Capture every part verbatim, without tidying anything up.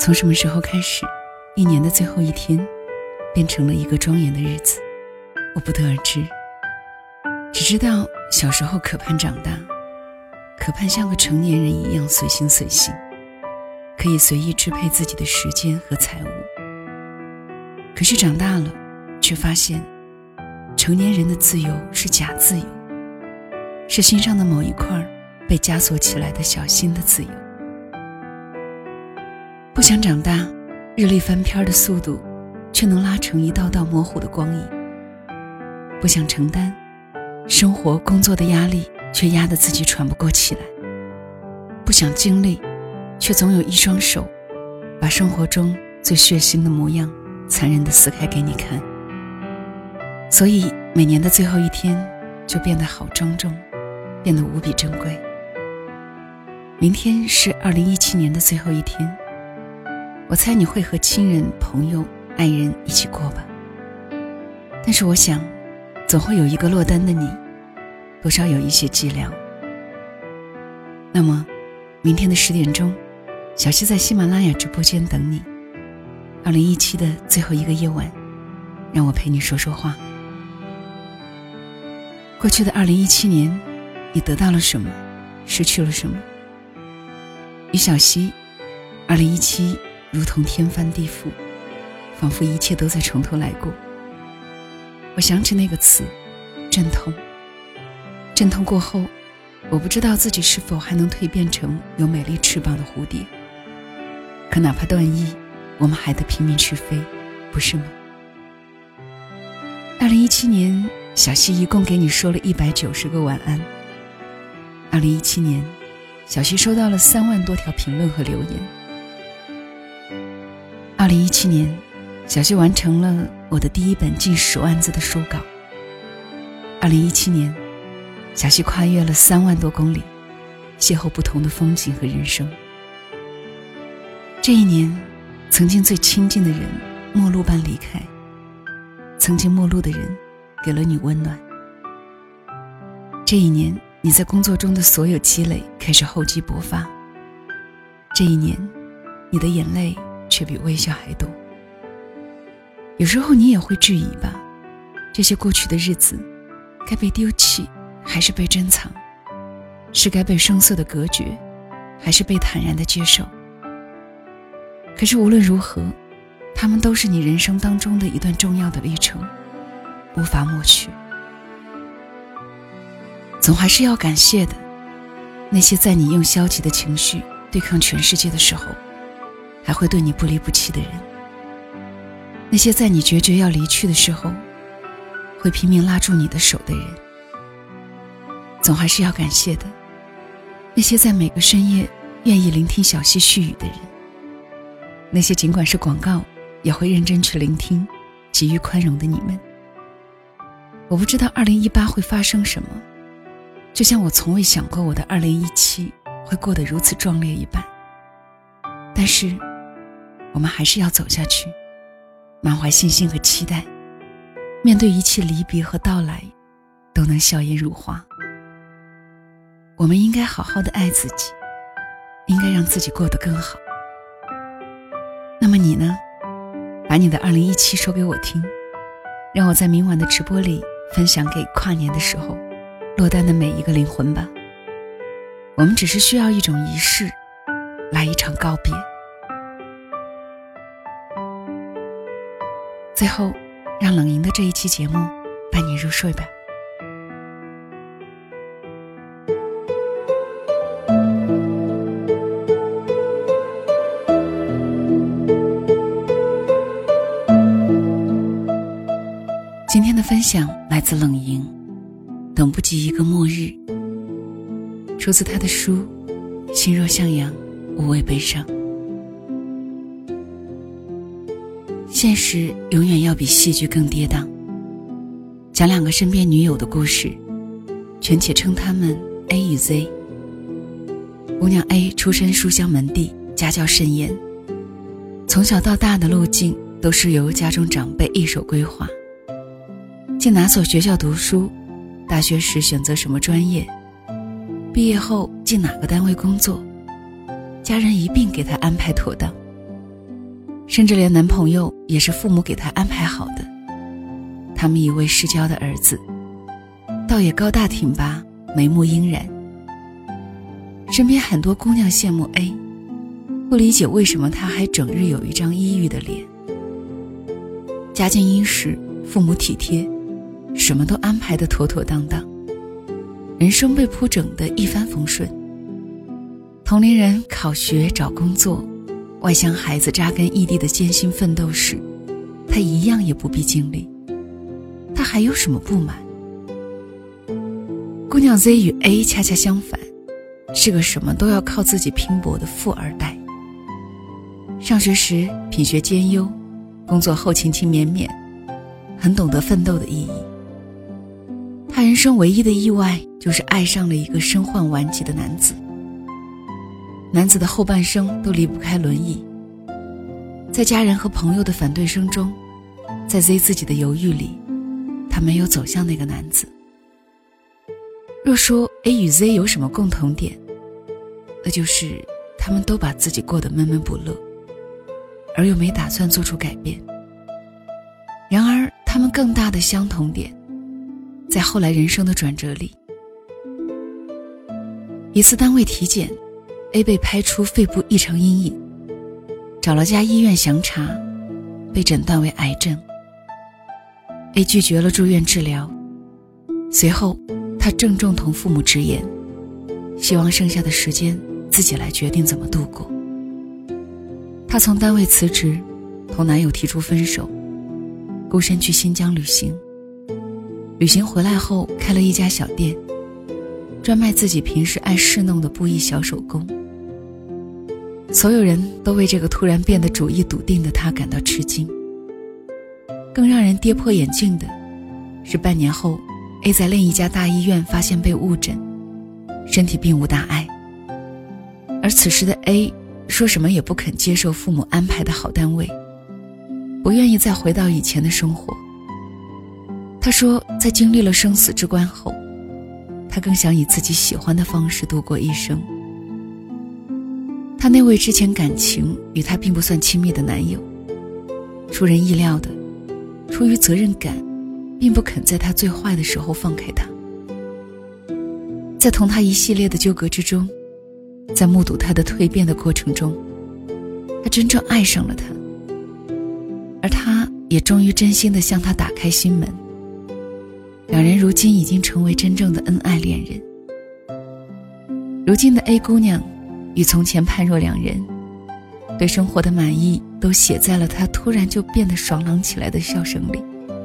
从什么时候开始，一年的最后一天变成了一个庄严的日子，我不得而知。只知道小时候可盼长大，可盼像个成年人一样随心随性，可以随意支配自己的时间和财物。可是长大了，却发现成年人的自由是假自由，是心上的某一块被枷锁起来的小心的自由。不想长大，日历翻篇的速度却能拉成一道道模糊的光影。不想承担生活工作的压力，却压得自己喘不过气来。不想经历，却总有一双手把生活中最血腥的模样残忍地撕开给你看。所以每年的最后一天就变得好庄重，变得无比珍贵。明天是二零一七年的最后一天，我猜你会和亲人、朋友、爱人一起过吧。但是我想，总会有一个落单的你，多少有一些寂寥。那么明天的十点钟，小溪在喜马拉雅直播间等你。二零一七的最后一个夜晚，让我陪你说说话。过去的二零一七年，你得到了什么，失去了什么？与小溪，二零一七如同天翻地覆，仿佛一切都在从头来过。我想起那个词，阵痛。阵痛过后，我不知道自己是否还能蜕变成有美丽翅膀的蝴蝶。可哪怕断翼，我们还得拼命去飞，不是吗？二零一七年，小溪一共给你说了一百九十个晚安。二零一七年，小溪收到了三万多条评论和留言。二零一七年，小溪完成了我的第一本近十万字的书稿。二零一七年，小溪跨越了三万多公里，邂逅不同的风景和人生。这一年，曾经最亲近的人陌路般离开，曾经陌路的人给了你温暖。这一年，你在工作中的所有积累开始厚积薄发。这一年，你的眼泪却比微笑还多。有时候你也会质疑吧，这些过去的日子该被丢弃还是被珍藏，是该被生涩的隔绝还是被坦然的接受。可是无论如何，他们都是你人生当中的一段重要的历程，无法抹去。总还是要感谢的，那些在你用消极的情绪对抗全世界的时候还会对你不离不弃的人，那些在你决绝要离去的时候会拼命拉住你的手的人。总还是要感谢的，那些在每个深夜愿意聆听小溪絮语的人，那些尽管是广告也会认真去聆听给予宽容的你们。我不知道二零一八会发生什么，就像我从未想过我的二零一七会过得如此壮烈一般。但是我们还是要走下去，满怀信心和期待，面对一切离别和到来都能笑颜如花。我们应该好好的爱自己，应该让自己过得更好。那么你呢？把你的二零一七说给我听，让我在明晚的直播里分享给跨年的时候落单的每一个灵魂吧。我们只是需要一种仪式，来一场告别。最后，让冷莹的这一期节目伴你入睡吧。今天的分享来自冷莹，等不及一个末日，出自她的书《心若向阳，无畏悲伤》。现实永远要比戏剧更跌宕。讲两个身边女友的故事，权且称她们 A 与 Z。 姑娘 A 出身书香门第，家教甚严，从小到大的路径都是由家中长辈一手规划，进哪所学校读书，大学时选择什么专业，毕业后进哪个单位工作，家人一并给她安排妥当。 甚至连男朋友也是父母给她安排好的。他们一位世交的儿子，倒也高大挺拔，眉目英然。身边很多姑娘羡慕 A， 不理解为什么他还整日有一张抑郁的脸。家境殷实，父母体贴，什么都安排得妥妥当当，人生被铺整得一帆风顺。同龄人考学找工作，外乡孩子扎根异地的艰辛奋斗时，他一样也不必经历，他还有什么不满？姑娘 Z 与 A 恰恰相反，是个什么都要靠自己拼搏的富二代。上学时品学兼优，工作后勤勤勉勉，很懂得奋斗的意义。他人生唯一的意外就是爱上了一个身患顽疾的男子。男子的后半生都离不开轮椅，在家人和朋友的反对声中，在 Z 自己的犹豫里，他没有走向那个男子。若说 A 与 Z 有什么共同点，那就是他们都把自己过得闷闷不乐，而又没打算做出改变。然而他们更大的相同点，在后来人生的转折里。一次单位体检， A 被拍出肺部异常阴影，找了家医院详查，被诊断为癌症。 A 拒绝了住院治疗，随后他郑重同父母直言，希望剩下的时间自己来决定怎么度过。他从单位辞职，同男友提出分手，孤身去新疆旅行。旅行回来后开了一家小店，专卖自己平时爱侍弄的布艺小手工。所有人都为这个突然变得主意笃定的他感到吃惊。更让人跌破眼镜的是，半年后 A 在另一家大医院发现被误诊，身体并无大碍。而此时的 A 说什么也不肯接受父母安排的好单位，不愿意再回到以前的生活。他说，在经历了生死之关后，他更想以自己喜欢的方式度过一生。他那位之前感情与他并不算亲密的男友，出人意料的，出于责任感，并不肯在他最坏的时候放开他。在同他一系列的纠葛之中，在目睹他的蜕变的过程中，他真正爱上了他，而他也终于真心地向他打开心门。两人如今已经成为真正的恩爱恋人。如今的 A 姑娘与从前判若两人，对生活的满意都写在了她突然就变得爽朗起来的笑声里。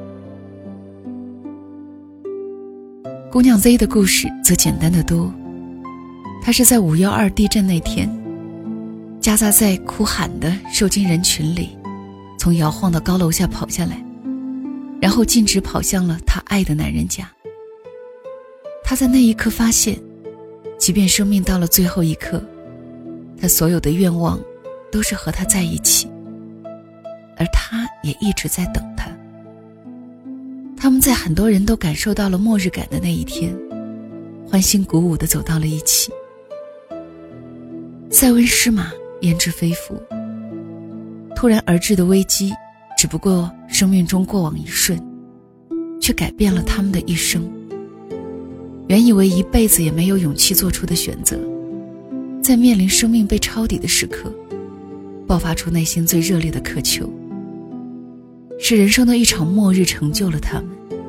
姑娘 Z 的故事则简单得多，她是在五一二地震那天，夹杂在哭喊的受惊人群里，从摇晃的高楼下跑下来，然后径直跑向了她爱的男人家。她在那一刻发现，即便生命到了最后一刻，她所有的愿望都是和他在一起，而他也一直在等他。他们在很多人都感受到了末日感的那一天，欢欣鼓舞地走到了一起。塞翁失马，焉知非福。突然而至的危机，只不过生命中过往一瞬，却改变了他们的一生。原以为一辈子也没有勇气做出的选择，在面临生命被抄底的时刻，爆发出内心最热烈的渴求，是人生的一场末日成就了他们。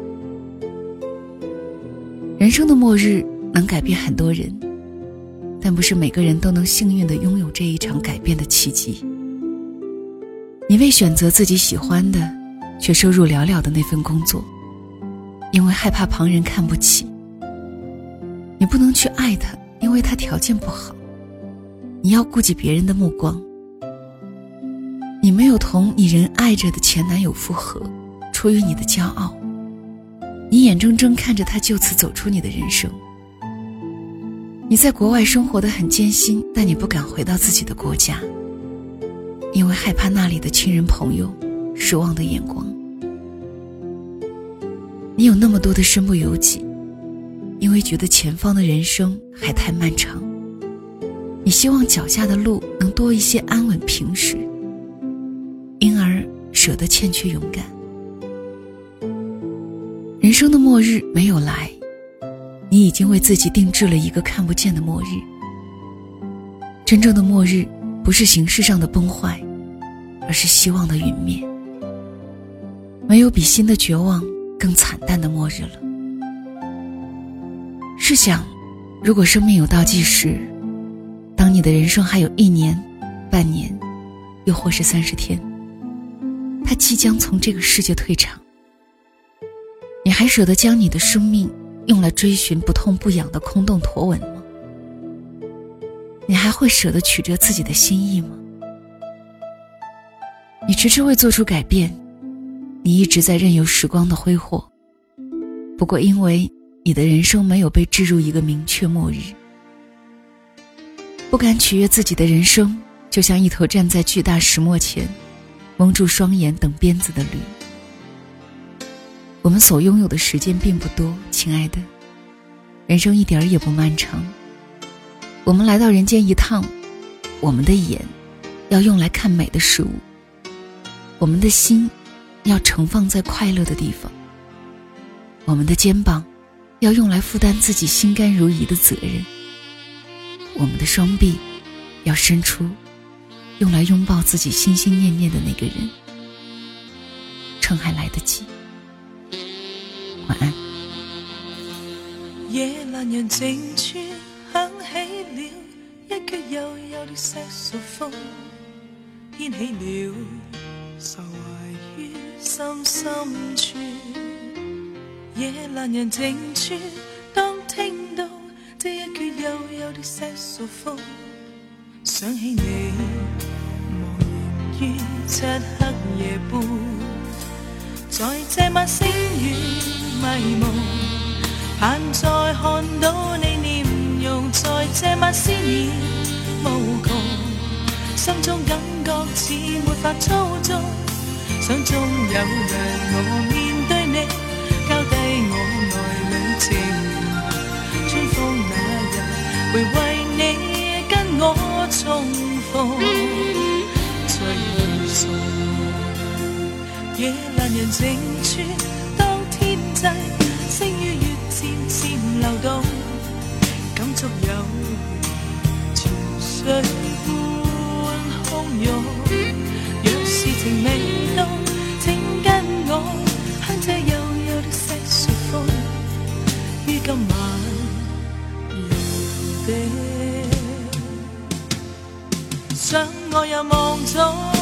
人生的末日能改变很多人，但不是每个人都能幸运地拥有这一场改变的奇迹。你未选择自己喜欢的，却收入寥寥的那份工作，因为害怕旁人看不起。你不能去爱他，因为他条件不好，你要顾及别人的目光。你没有同你仍爱着的前男友复合，出于你的骄傲，你眼睁睁看着他就此走出你的人生。你在国外生活得很艰辛，但你不敢回到自己的国家，因为害怕那里的亲人朋友失望的眼光。你有那么多的身不由己，因为觉得前方的人生还太漫长，你希望脚下的路能多一些安稳平实。 舍得欠缺勇敢。人生的末日没有来，你已经为自己定制了一个看不见的末日。真正的末日不是形式上的崩坏，而是希望的陨灭。没有比新的绝望更惨淡的末日了。试想，如果生命有倒计时，当你的人生还有一年、半年，又或是三十天，它即将从这个世界退场，你还舍得将你的生命用来追寻不痛不痒的空洞驼纹吗？你还会舍得曲折自己的心意吗？你迟迟未做出改变，你一直在任由时光的挥霍，不过因为你的人生没有被置入一个明确末日。不敢取悦自己的人生，就像一头站在巨大石磨前蒙住双眼等鞭子的驴。我们所拥有的时间并不多，亲爱的，人生一点儿也不漫长。我们来到人间一趟，我们的眼要用来看美的事物，我们的心要盛放在快乐的地方，我们的肩膀要用来负担自己心甘如饴的责任，我们的双臂要伸出，用来拥抱自己心心念念的那个人。趁还来得及。晚安。 夜阑人靜處響起了一闕又有的色素風，掀起了愁懷於心深處。夜闌人靜處，當聽到這一闕又有的色素風，想起你茫然於漆黑夜半，在這晚星雨迷蒙，盼再看到你臉容，在這晚思念無窮，心中感覺似沒法操縱，想終有日我面對你，交低我內裏情，春風那日會為你跟我重逢，隨意送夜闌人靜處，當天際星與月漸漸流動，感觸有潮水般洶湧。若是情未到，請跟我向這幽幽的色素風，於今晚搖的想我又望咗。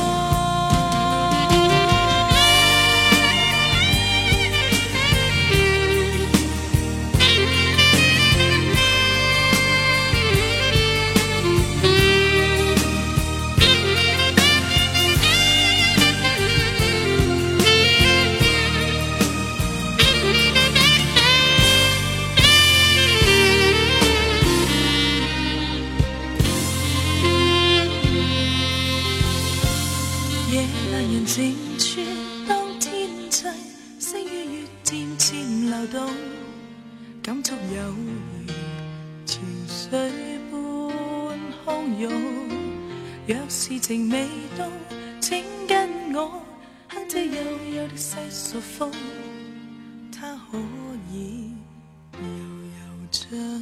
夜闌人靜處，當天際星與月漸漸流動，感觸有如潮水般洶湧。若是情未到，請跟我向這幽幽的色素風，它可以悠悠將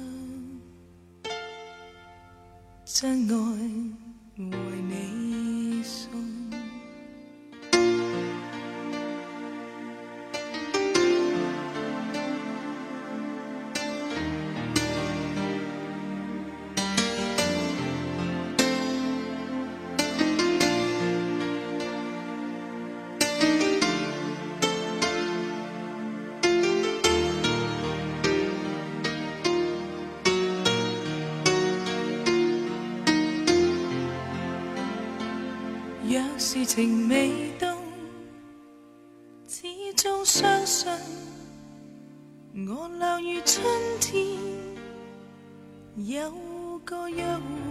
真愛為你送。若是情未到，始終相信我倆如春天有個約會。